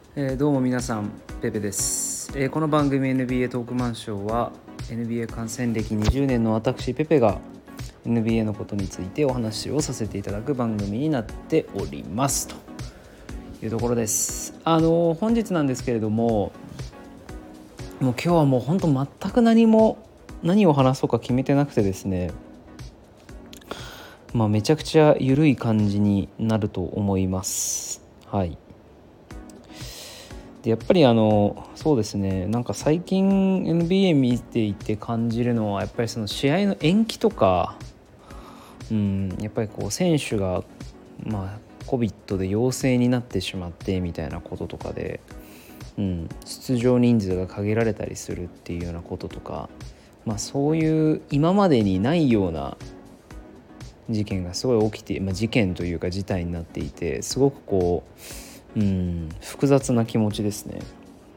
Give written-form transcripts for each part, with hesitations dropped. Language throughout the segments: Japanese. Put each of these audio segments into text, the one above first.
どうも皆さん、ペペです。この番組 NBA トークマンショーは NBA 観戦歴20年の私ペペが NBA のことについてお話をさせていただく番組になっておりますというところです。本日なんですけれども、今日はもう本当全く何を話そうか決めてなくてですね、めちゃくちゃ緩い感じになると思います。はい。でやっぱりそうですね、なんか最近 NBA 見ていて感じるのはやっぱりその試合の延期とか、やっぱりこう選手がCOVID で陽性になってしまってみたいなこととかで、出場人数が限られたりするっていうようなこととか、そういう今までにないような事件がすごい起きて、事件というか事態になっていて、すごくこう複雑な気持ちですね。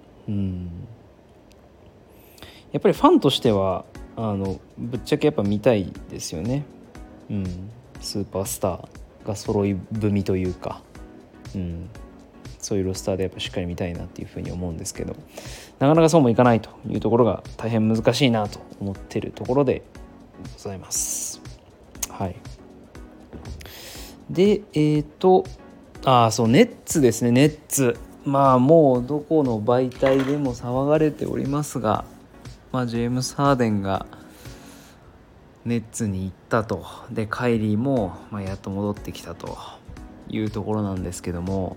やっぱりファンとしてはぶっちゃけやっぱ見たいですよね。スーパースターが揃い踏みというか、そういうロスターでやっぱしっかり見たいなっていうふうに思うんですけど、なかなかそうもいかないというところが大変難しいなと思っているところでございます。はい。でそうネッツですね。ネッツもうどこの媒体でも騒がれておりますが、ジェームス・ハーデンがネッツに行ったと。でカイリーもやっと戻ってきたというところなんですけども、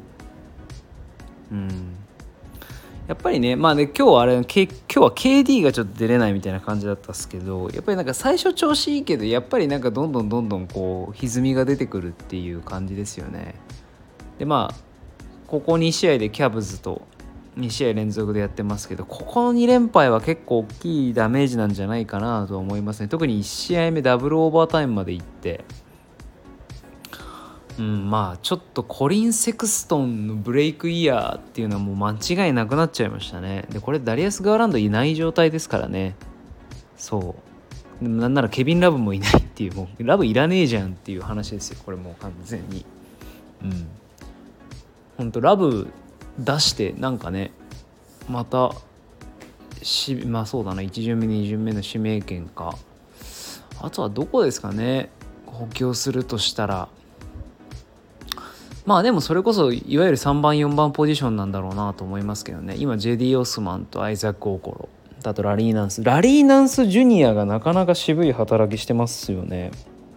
やっぱりね、今日は今日は KD がちょっと出れないみたいな感じだったんですけど、やっぱりなんか最初調子いいけど、やっぱりなんかどんどんこう歪みが出てくるっていう感じですよね。でここ2試合でキャブズと2試合連続でやってますけど、ここの2連敗は結構大きいダメージなんじゃないかなと思いますね。特に1試合目ダブルオーバータイムまで行って、ちょっとコリン・セクストンのブレイクイヤーっていうのはもう間違いなくなっちゃいましたね。でこれダリアス・ガーランドいない状態ですからね。そうでもなんならケビン・ラブもいないっていう、もうラブいらねえじゃんっていう話ですよ、これもう完全に。ほんとラブ出してなんかね、またそうだな、1巡目2巡目の指名権か、あとはどこですかね、補強するとしたら。でもそれこそいわゆる3番4番ポジションなんだろうなと思いますけどね。今ジェディ・オスマンとアイザック・オコロ、あとラリー・ナンスジュニアがなかなか渋い働きしてますよね。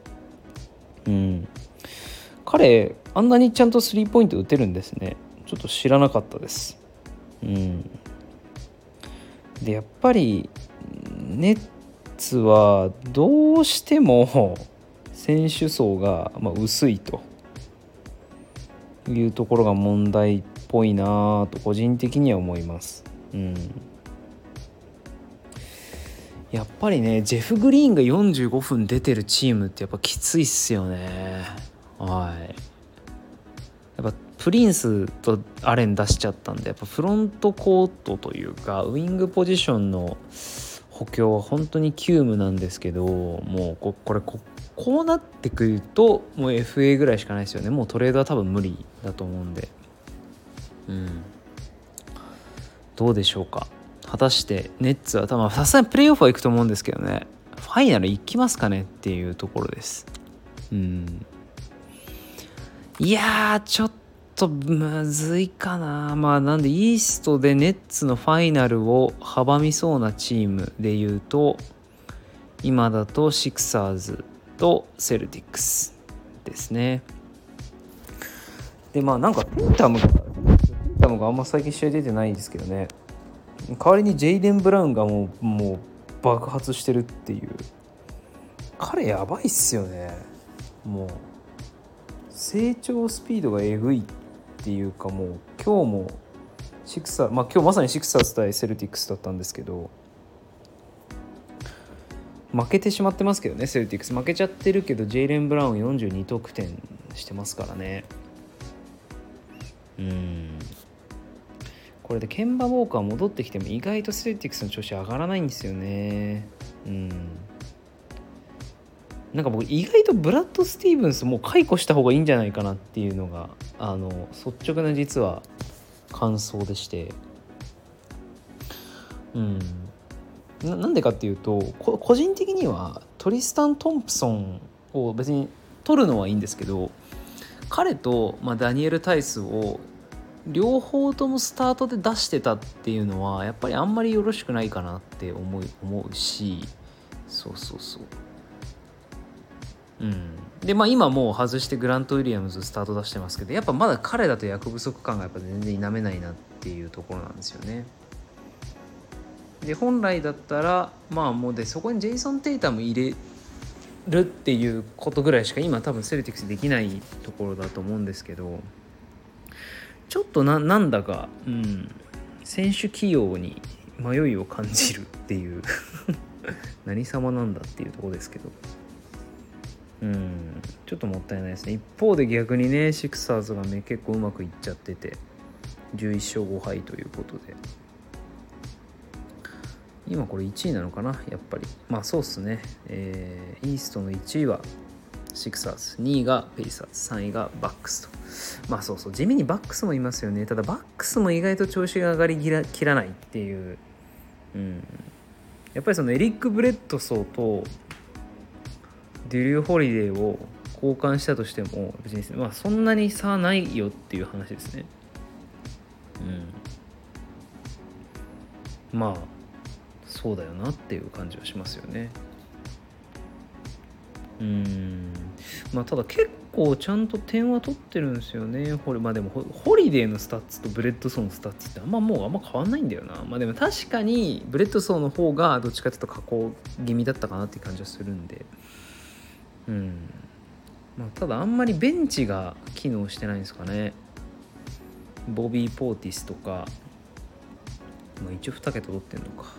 彼あんなにちゃんとスリーポイント打てるんですね。ちょっと知らなかったです。でやっぱりネッツはどうしても選手層が薄いというところが問題っぽいなと個人的には思います。やっぱりね、ジェフ・グリーンが45分出てるチームってやっぱきついっすよね。やっぱプリンスとアレン出しちゃったんで、やっぱフロントコートというかウイングポジションの補強は本当に急務なんですけど、もうこうなってくるともう FA ぐらいしかないですよね。もうトレードは多分無理だと思うんで、どうでしょうか。果たしてネッツはさすがにプレーオフは行くと思うんですけどね、ファイナル行きますかねっていうところです。いやーちょっとむずいかな。なんでイーストでネッツのファイナルを阻みそうなチームでいうと、今だとシクサーズとセルティックスですね。でなんかテンタムがあんま最近試合出てないんですけどね。代わりにジェイデン・ブラウンがもう爆発してるっていう。彼やばいっすよね。もう成長スピードがえぐいっていうか、もう今日も今日まさにシクサーズ対セルティックスだったんですけど、負けてしまってますけどね。セルティックス負けちゃってるけど、ジェイレン・ブラウン42得点してますからね。これでケンバ・ウォーカー戻ってきても意外とセルティックスの調子上がらないんですよね。なんか僕意外とブラッド・スティーブンスもう解雇した方がいいんじゃないかなっていうのが率直な実は感想でして、なんでかっていうと、個人的にはトリスタン・トンプソンを別に取るのはいいんですけど、彼と、ダニエル・タイスを両方ともスタートで出してたっていうのはやっぱりあんまりよろしくないかなって思うし、そうで今もう外してグラント・ウィリアムズスタート出してますけど、やっぱまだ彼だと役不足感がやっぱ全然否めないなっていうところなんですよね。で本来だったらもうでそこにジェイソン・テイタム入れるっていうことぐらいしか今多分セルティックスできないところだと思うんですけど、ちょっとなんだか、選手起用に迷いを感じるっていう何様なんだっていうところですけど、ちょっともったいないですね。一方で逆にね、シクサーズがね結構うまくいっちゃってて11勝5敗ということで、今これ1位なのかな、やっぱりそうっすね。イーストの1位はシクサーズ、2位がペイサーズ、3位がバックスと。そう地味にバックスもいますよね。ただバックスも意外と調子が上がりきらないっていう、やっぱりそのエリック・ブレッドソーとデュリュー・ホリデーを交換したとしても別に、そんなに差ないよっていう話ですね。そうだよなっていう感じはしますよね。ただ結構ちゃんと点は取ってるんですよね。でもホリデーのスタッツとブレッドソーのスタッツってもうあんま変わんないんだよな。でも確かにブレッドソーの方がどっちかというと下降気味だったかなっていう感じはするんで、ただあんまりベンチが機能してないんですかね。ボビー・ポーティスとか、一応2桁取ってんのか。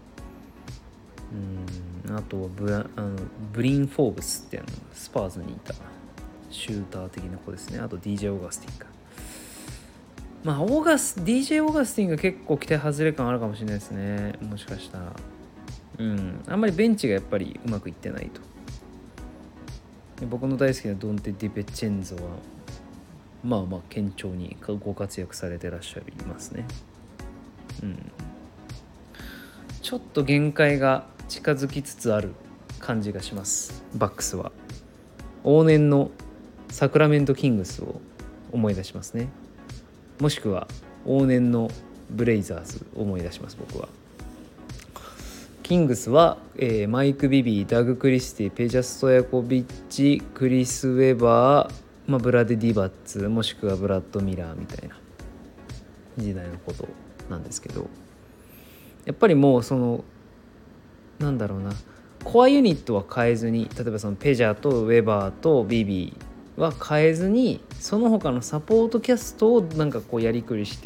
あとはブリン・フォーブスってスパーズにいたシューター的な子ですね。あと DJ オーガスティンか。DJ オーガスティンが結構期待外れ感あるかもしれないですね、もしかしたら。あんまりベンチがやっぱりうまくいってないと。で僕の大好きなドンテ・ディペチェンゾは堅調にご活躍されてらっしゃいますね。ちょっと限界が近づきつつある感じがします。バックスは往年のサクラメントキングスを思い出しますね。もしくは往年のブレイザーズを思い出します。僕はキングスは、マイク・ビビー、ダグ・クリスティ、ペジャストヤコビッチ、クリス・ウェバー、ブラデ・ディバッツ、もしくはブラッド・ミラーみたいな時代のことなんですけど、やっぱりもうそのコアユニットは変えずに、例えばそのペジャーとウェバーとビビーは変えずに、その他のサポートキャストをやりくりして、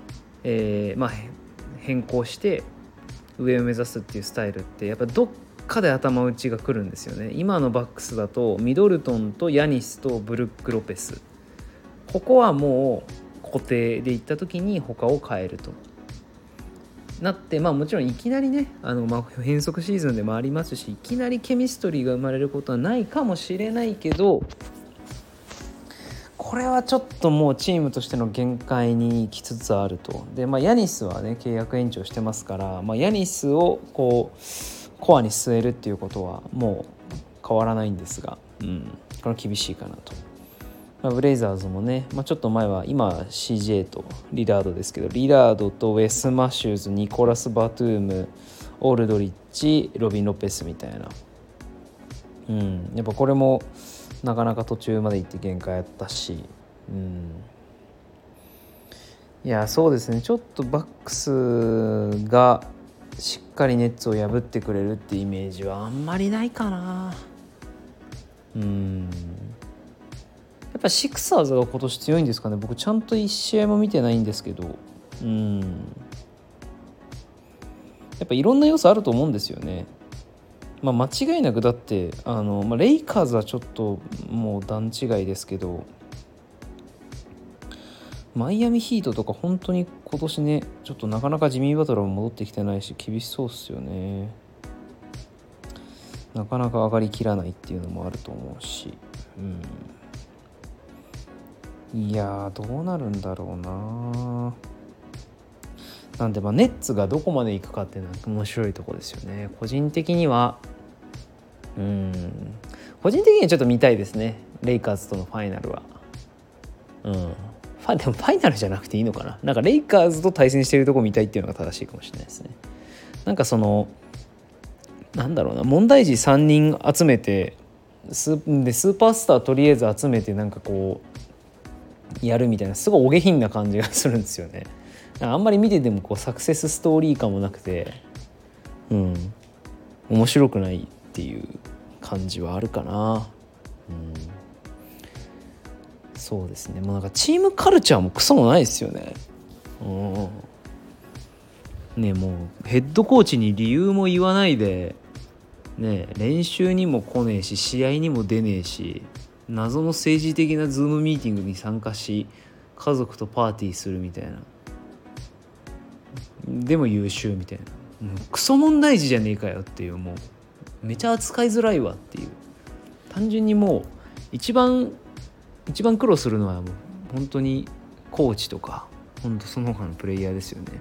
変更して上を目指すっていうスタイルってやっぱどっかで頭打ちが来るんですよね。今のバックスだとミドルトンとヤニスとブルック・ロペス、ここはもう固定でいった時に他を変えるとなって、もちろんいきなりね変則シーズンでもありますし、いきなりケミストリーが生まれることはないかもしれないけど、これはちょっともうチームとしての限界に来つつあると。でヤニスはね契約延長してますから、ヤニスをコアに据えるっていうことはもう変わらないんですが、これは厳しいかなと。ブレイザーズもね、ちょっと前は今 CJ とリラードですけど、リラードとウェス・マシューズ、ニコラス・バトゥーム、オールドリッチ、ロビン・ロペスみたいな、やっぱこれもなかなか途中まで行って限界あったし、いやそうですね、ちょっとバックスがしっかりネッツを破ってくれるってイメージはあんまりないかな。やっぱシクサーズが今年強いんですかね。僕ちゃんと1試合も見てないんですけど、やっぱいろんな要素あると思うんですよね。間違いなくだってレイカーズはちょっともう段違いですけど、マイアミヒートとか本当に今年ねちょっとなかなかジミー・バトラーも戻ってきてないし厳しそうっすよね。なかなか上がりきらないっていうのもあると思うし、 いやーどうなるんだろうな。なんでネッツがどこまで行くかっていうのは面白いところですよね。個人的には個人的にはちょっと見たいですね、レイカーズとのファイナルは。でもファイナルじゃなくていいのかな。なんかレイカーズと対戦しているとこ見たいっていうのが正しいかもしれないですね。なんかなんだろうな、問題児3人集めてスーパースターとりあえず集めてなんかこうやるみたいな、すごいお下品な感じがするんですよね。あんまり見ててもサクセスストーリー感もなくて面白くないっていう感じはあるかな。そうですね。なんかチームカルチャーもクソもないですよね。ね、もうヘッドコーチに理由も言わないでね、練習にも来ねえし試合にも出ねえし、謎の政治的なズームミーティングに参加し家族とパーティーするみたいな、でも優秀みたいな、もうクソ問題児じゃねえかよっていう、もうめちゃ扱いづらいわっていう。単純にもう一番苦労するのはもう本当にコーチとか本当その他のプレイヤーですよね。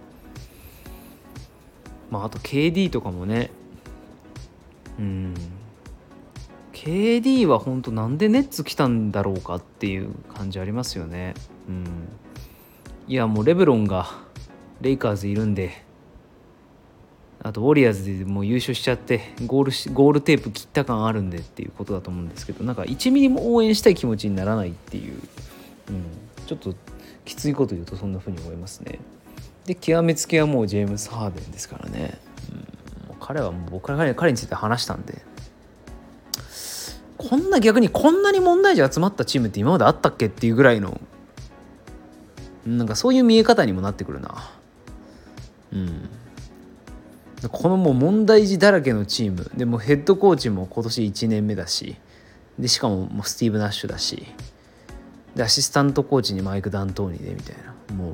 あと KD とかもね、KD は本当なんでネッツ来たんだろうかっていう感じありますよね。いやもうレブロンがレイカーズいるんで、あとウォリアーズでもう優勝しちゃってゴールテープ切った感あるんでっていうことだと思うんですけど、なんか1ミリも応援したい気持ちにならないっていう、ちょっときついこと言うとそんな風に思いますね。で極めつけはもうジェームス・ハーデンですからね。彼はもう僕は彼について話したんで、逆にこんなに問題児集まったチームって今まであったっけっていうぐらいの、なんかそういう見え方にもなってくるな。このもう問題児だらけのチームでもヘッドコーチも今年1年目だし、でしかもスティーブ・ナッシュだし、でアシスタントコーチにマイク・ダントーニでみたいな、もう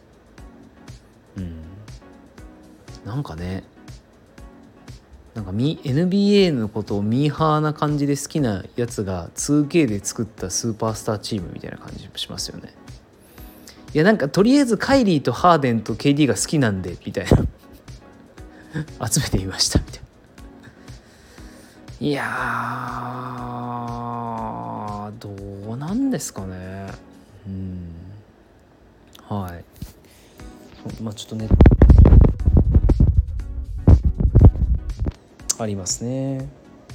なんかね、なんかNBA のことをミーハーな感じで好きなやつが 2K で作ったスーパースターチームみたいな感じしますよね。いやなんかとりあえずカイリーとハーデンと KD が好きなんでみたいな集めてみましたみたいな。いやーどうなんですかね。はい。ちょっとねありますね。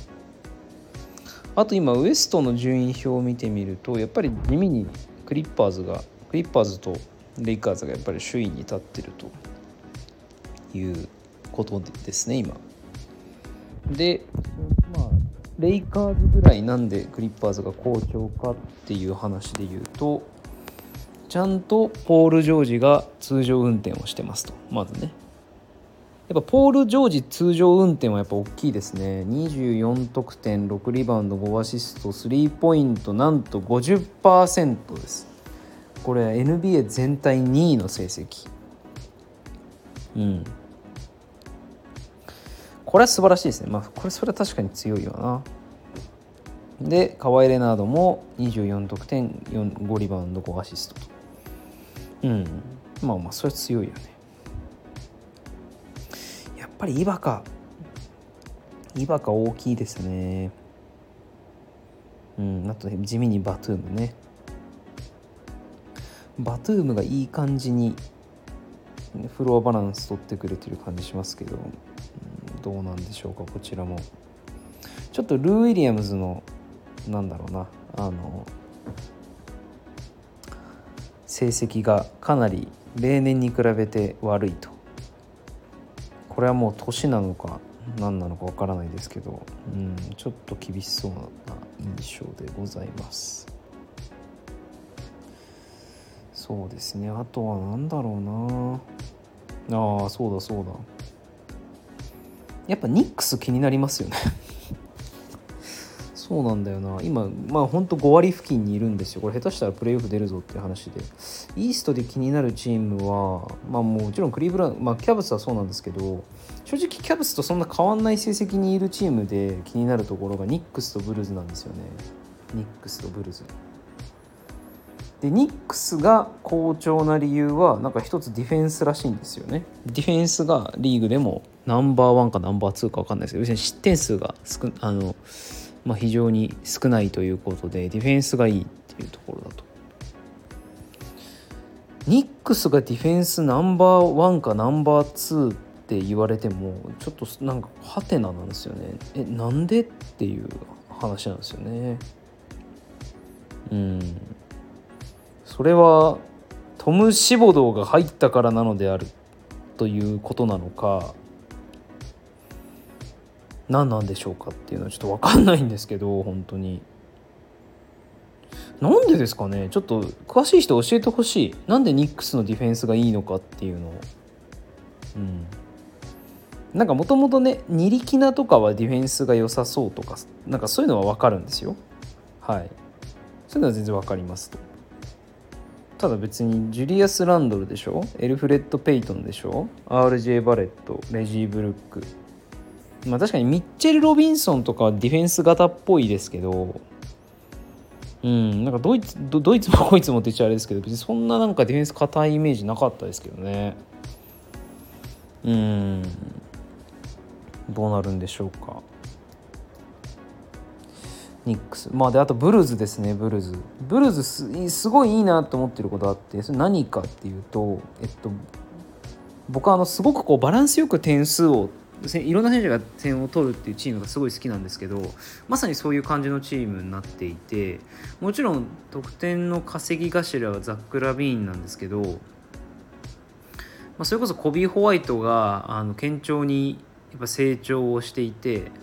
あと今ウエストの順位表を見てみると、やっぱり地味にクリッパーズとレイカーズがやっぱり首位に立ってるということですね今で。レイカーズぐらいなんでクリッパーズが好調かっていう話で言うと、ちゃんとポール・ジョージが通常運転をしてますと。まずね、やっぱポール・ジョージ通常運転はやっぱ大きいですね。24得点6リバウンド5アシストスリーポイントなんと 50% です。これ NBA 全体2位の成績。これは素晴らしいですね。それは確かに強いよな。でカワイ・レナードも24得点5リバウンド5アシストと。それは強いよね。やっぱりイバカ大きいですね。あと地味にバトゥームね。バトゥームがいい感じにフロアバランス取ってくれてる感じしますけど、どうなんでしょうか。こちらもちょっとルー・ウィリアムズの成績がかなり例年に比べて悪いと。これはもう年なのか何なのかわからないですけど、ちょっと厳しそうな印象でございます。そうですね。あとは何だろうな。そうだやっぱニックス気になりますよねそうなんだよな。今ほんと5割付近にいるんですよ。これ下手したらプレーオフ出るぞっていう話で、イーストで気になるチームはもちろんクリーブランド、キャブスはそうなんですけど、正直キャブスとそんな変わんない成績にいるチームで気になるところがニックスとブルズなんですよね。ニックスとブルズでニックスが好調な理由はなんか一つディフェンスらしいんですよね。ディフェンスがリーグでもナンバーワンかナンバーツーか分かんないですけど、要するに失点数が非常に少ないということでディフェンスがいいっていうところだと。ニックスがディフェンスナンバーワンかナンバーツーって言われてもちょっとなんかハテナなんですよね。なんでっていう話なんですよね。それはトム・シボドーが入ったからなのであるということなのか、何なんでしょうかっていうのはちょっと分かんないんですけど、本当になんでですかね。ちょっと詳しい人教えてほしい。なんでニックスのディフェンスがいいのかっていうのを。なんかもともとね、ニリキナとかはディフェンスが良さそうとか、なんかそういうのは分かるんですよ。はい、そういうのは全然分かりますと。ただ別にジュリアス・ランドルでしょ、エルフレッド・ペイトンでしょ、 RJ バレット、レジー・ブルック、確かにミッチェル・ロビンソンとかはディフェンス型っぽいですけど、なんかドイツもこいつもって言っちゃあれですけど、別にそんななんかディフェンス硬いイメージなかったですけどね。どうなるんでしょうか。ニックス、であとブルーズですね。ブルーズすごいいいなと思ってることあって、それ何かっていうと、僕はすごくこうバランスよく点数をいろんな選手が点を取るっていうチームがすごい好きなんですけど、まさにそういう感じのチームになっていて、もちろん得点の稼ぎ頭はザック・ラビーンなんですけど、それこそコビー・ホワイトが堅調にやっぱ成長をしていて、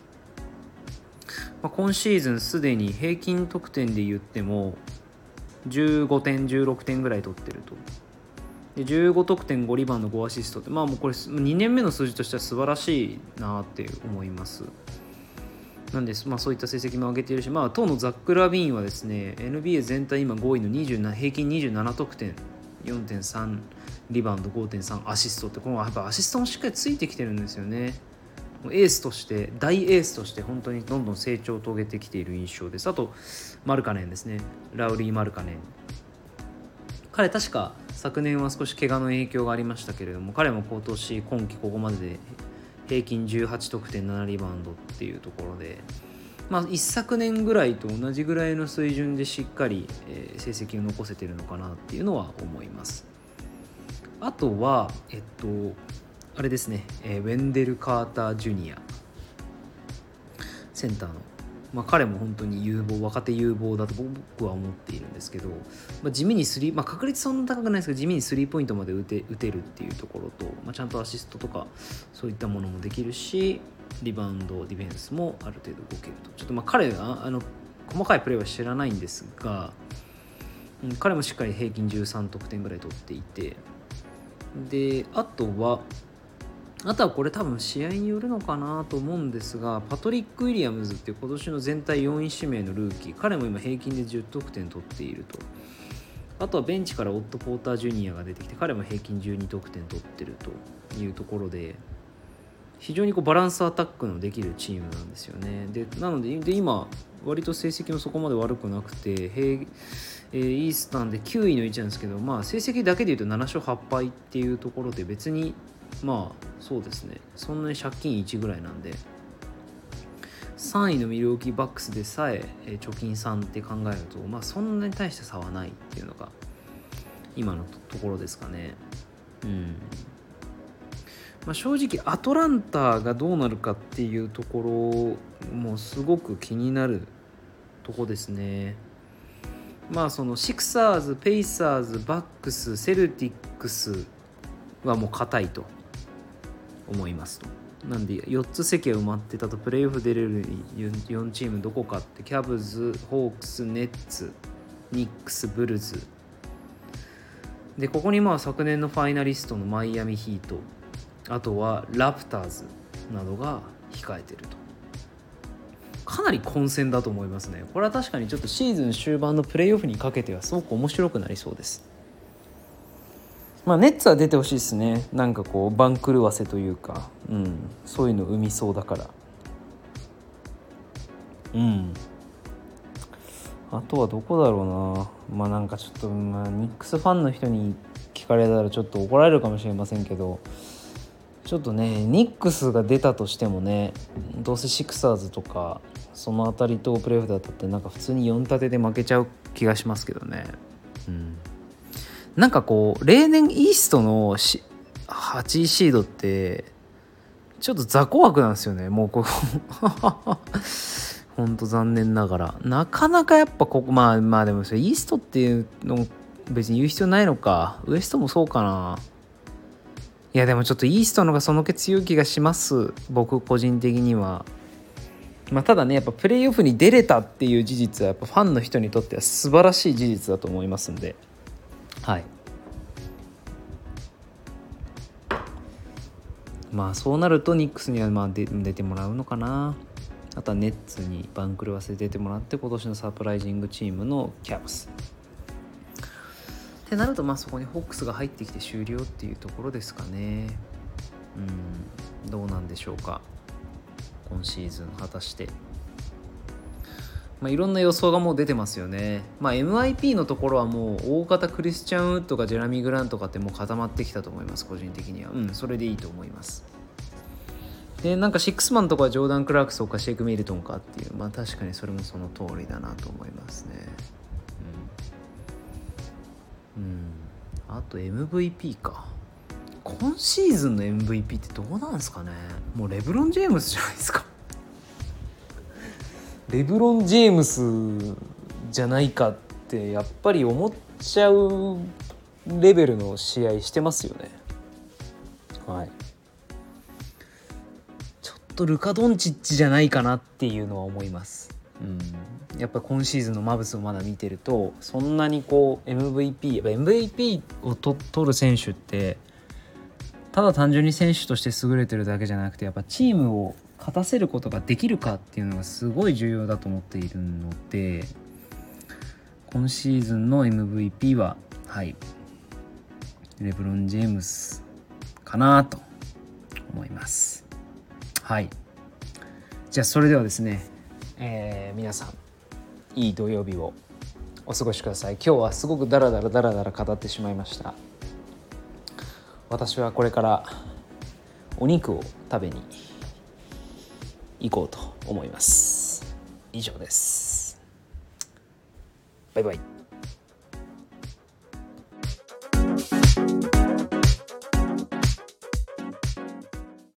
今シーズンすでに平均得点で言っても15点16点ぐらい取ってると。で15得点5リバウンド5アシストって、もうこれ2年目の数字としては素晴らしいなって思います。なんで、そういった成績も上げているし、当のザック・ラビーンはですね、 NBA 全体今5位の平均27得点 4.3 リバウンド 5.3 アシストって、このやっぱアシストもしっかりついてきてるんですよね。エースとして大エースとして本当にどんどん成長を遂げてきている印象です。あとマルカネンですね、ラウリー・マルカネン、彼確か昨年は少し怪我の影響がありましたけれども、彼も今季ここまでで平均18得点7リバウンドっていうところで、一昨年ぐらいと同じぐらいの水準でしっかり成績を残せているのかなっていうのは思います。あとはあれですね、ウェンデル・カーター・ジュニア、センターの、彼も本当に若手有望だと僕は思っているんですけど、地味に確率そんな高くないですけど、地味にスリーポイントまで打てるっていうところと、ちゃんとアシストとかそういったものもできるし、リバウンドディフェンスもある程度動けると。ちょっと彼が細かいプレーは知らないんですが、彼もしっかり平均13得点ぐらい取っていて、であとはこれ多分試合によるのかなと思うんですが、パトリック・ウィリアムズっていう今年の全体4位指名のルーキー、彼も今平均で10得点取っていると。あとはベンチからオット・ポーター・ジュニアが出てきて、彼も平均12得点取ってるというところで、非常にバランスアタックのできるチームなんですよね。なので今割と成績もそこまで悪くなくて、イースタンで9位の位置なんですけど、成績だけでいうと7勝8敗っていうところで、別にそうですね、そんなに借金1ぐらいなんで、3位のミルウォーキーバックスでさえ貯金3って考えると、そんなに大した差はないっていうのが今のところですかね。正直アトランタがどうなるかっていうところもすごく気になるとこですね。そのシクサーズ、ペイサーズ、バックス、セルティックスはもう硬いと思いますと。なんで4つ席が埋まってたと、プレーオフ出れる4チームどこかって、キャブズ、ホークス、ネッツ、ニックス、ブルズで、ここに昨年のファイナリストのマイアミヒート、あとはラプターズなどが控えてると。かなり混戦だと思いますね。これは確かにちょっとシーズン終盤のプレーオフにかけてはすごく面白くなりそうです。ネッツは出てほしいですね。なんか番狂わせというか、そういうの生みそうだから。 あとはどこだろうな。まあなんかちょっと、ニックスファンの人に聞かれたらちょっと怒られるかもしれませんけど、ちょっとねニックスが出たとしてもね、どうせシクサーズとかそのあたりとプレーオフだったってなんか普通に4立てで負けちゃう気がしますけどね。なんかこう例年イーストの8位シードってちょっと雑魚枠なんですよね。もうこうほんと残念ながらなかなかやっぱここまあでもそれイーストっていうの別に言う必要ないのか。ウエストもそうかな。いやでもちょっとイーストのがその気強い気がします、僕個人的には。ただねやっぱプレーオフに出れたっていう事実はやっぱファンの人にとっては素晴らしい事実だと思いますんで、はい。そうなるとニックスには出てもらうのかな。あとはネッツに番狂わせ出てもらって今年のサプライジングチームのキャブスってなるとそこにホックスが入ってきて終了っていうところですかね。どうなんでしょうか今シーズン果たして。いろんな予想がもう出てますよね。MIP のところはもう大方クリスチャン・ウッドかジェラミー・グラントかってもう固まってきたと思います、個人的には。それでいいと思います。でなんかシックスマンとかジョーダン・クラークソンかシェイク・ミルトンかっていう、確かにそれもその通りだなと思いますね。あと MVP か。今シーズンの MVP ってどうなんですかね。もうレブロン・ジェームスじゃないですか。レブロン・ジェームスじゃないかってやっぱり思っちゃうレベルの試合してますよね。はい。ちょっとルカ・ドンチッチじゃないかなっていうのは思います。やっぱ今シーズンのマブスをまだ見てるとそんなにこう MVP を取る選手ってただ単純に選手として優れてるだけじゃなくてやっぱチームを勝たせることができるかっていうのがすごい重要だと思っているので、今シーズンの MVP はレブロン・ジェームスかなと思います。はい。じゃあそれではですね、皆さんいい土曜日をお過ごしください。今日はすごくダラダラ語ってしまいました。私はこれからお肉を食べに行こうと思います。以上です。バイバイ。